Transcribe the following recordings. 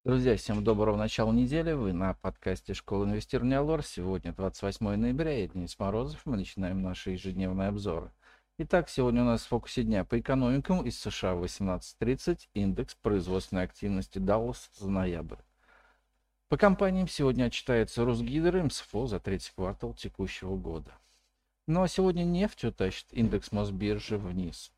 Друзья, всем доброго начала недели. Вы на подкасте «Школа инвестирования Алор». Сегодня 28 ноября, я Денис Морозов. Мы начинаем наши ежедневные обзоры. Итак, сегодня у нас в фокусе дня по экономикам из США в 18:30. Индекс производственной активности Dallas за ноябрь. По компаниям сегодня отчитается Росгидро и МСФО за третий квартал текущего года. Ну а сегодня нефть утащит индекс Мосбиржи вниз.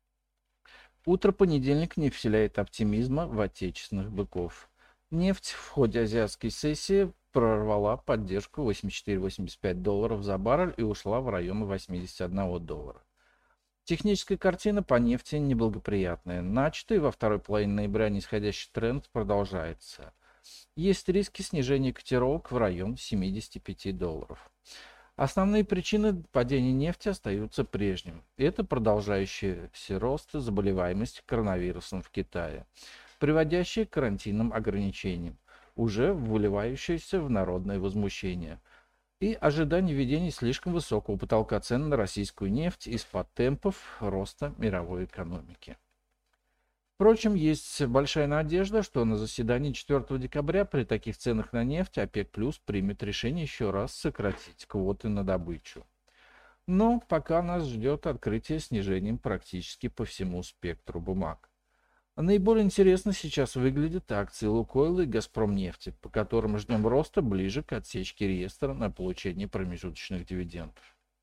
Утро понедельника не вселяет оптимизма в отечественных быков. Нефть в ходе азиатской сессии прорвала поддержку 84-85 долларов за баррель и ушла в район 81 доллара. Техническая картина по нефти неблагоприятная. Начатый во второй половине ноября нисходящий тренд продолжается. Есть риски снижения котировок в район 75 долларов. Основные причины падения нефти остаются прежними. Это продолжающийся рост заболеваемости коронавирусом в Китае, приводящий к карантинным ограничениям, уже выливающиеся в народное возмущение, и ожидание введения слишком высокого потолка цен на российскую нефть из-под темпов роста мировой экономики. Впрочем, есть большая надежда, что на заседании 4 декабря при таких ценах на нефть ОПЕК+ примет решение еще раз сократить квоты на добычу. Но пока нас ждет открытие снижением практически по всему спектру бумаг. Наиболее интересно сейчас выглядят акции Лукойла и Газпромнефти, по которым ждем роста ближе к отсечке реестра на получение промежуточных дивидендов.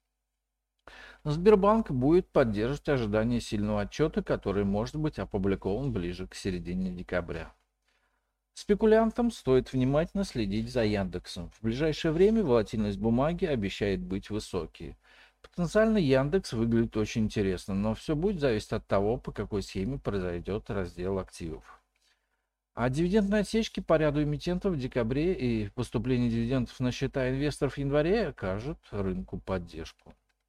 Сбербанк будет поддерживать ожидание сильного отчета, который может быть опубликован ближе к середине декабря. Спекулянтам стоит внимательно следить за Яндексом. В ближайшее время волатильность бумаги обещает быть высокой. Потенциально Яндекс выглядит очень интересно, но все будет зависеть от того, по какой схеме произойдет раздел активов. А дивидендные отсечки по ряду эмитентов в декабре и поступление дивидендов на счета инвесторов в январе окажут рынку поддержку.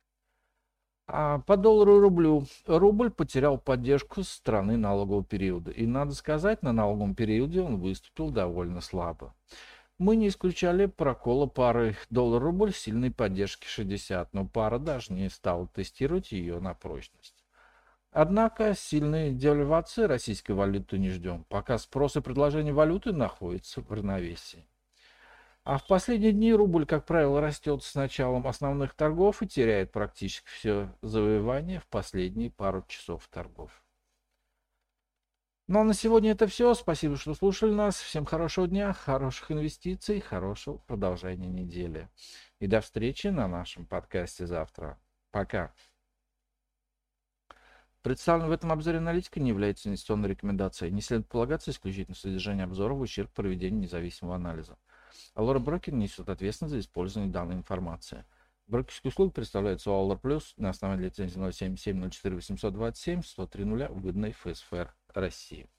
А по доллару и рублю. Рубль потерял поддержку со стороны налогового периода. И надо сказать, на налоговом периоде он выступил довольно слабо. Мы не исключали прокола пары доллар-рубль сильной поддержки 60, но пара даже не стала тестировать ее на прочность. Однако сильной девальвации российской валюты не ждем, пока спрос и предложение валюты находятся в равновесии. А в последние дни рубль, как правило, растет с началом основных торгов и теряет практически все завоевание в последние пару часов торгов. Ну а на сегодня это все. Спасибо, что слушали нас. Всем хорошего дня, хороших инвестиций, хорошего продолжения недели. И до встречи на нашем подкасте завтра. Пока. Представленная в этом обзоре аналитика не является инвестиционной рекомендацией. Не следует полагаться исключительно на содержание обзора в ущерб проведению независимого анализа. Allure Broker несет ответственность за использование данной информации. Брокерские услуги представляются у Allure Plus на основании лицензии 077 04 827 103 выданной ФСФР России.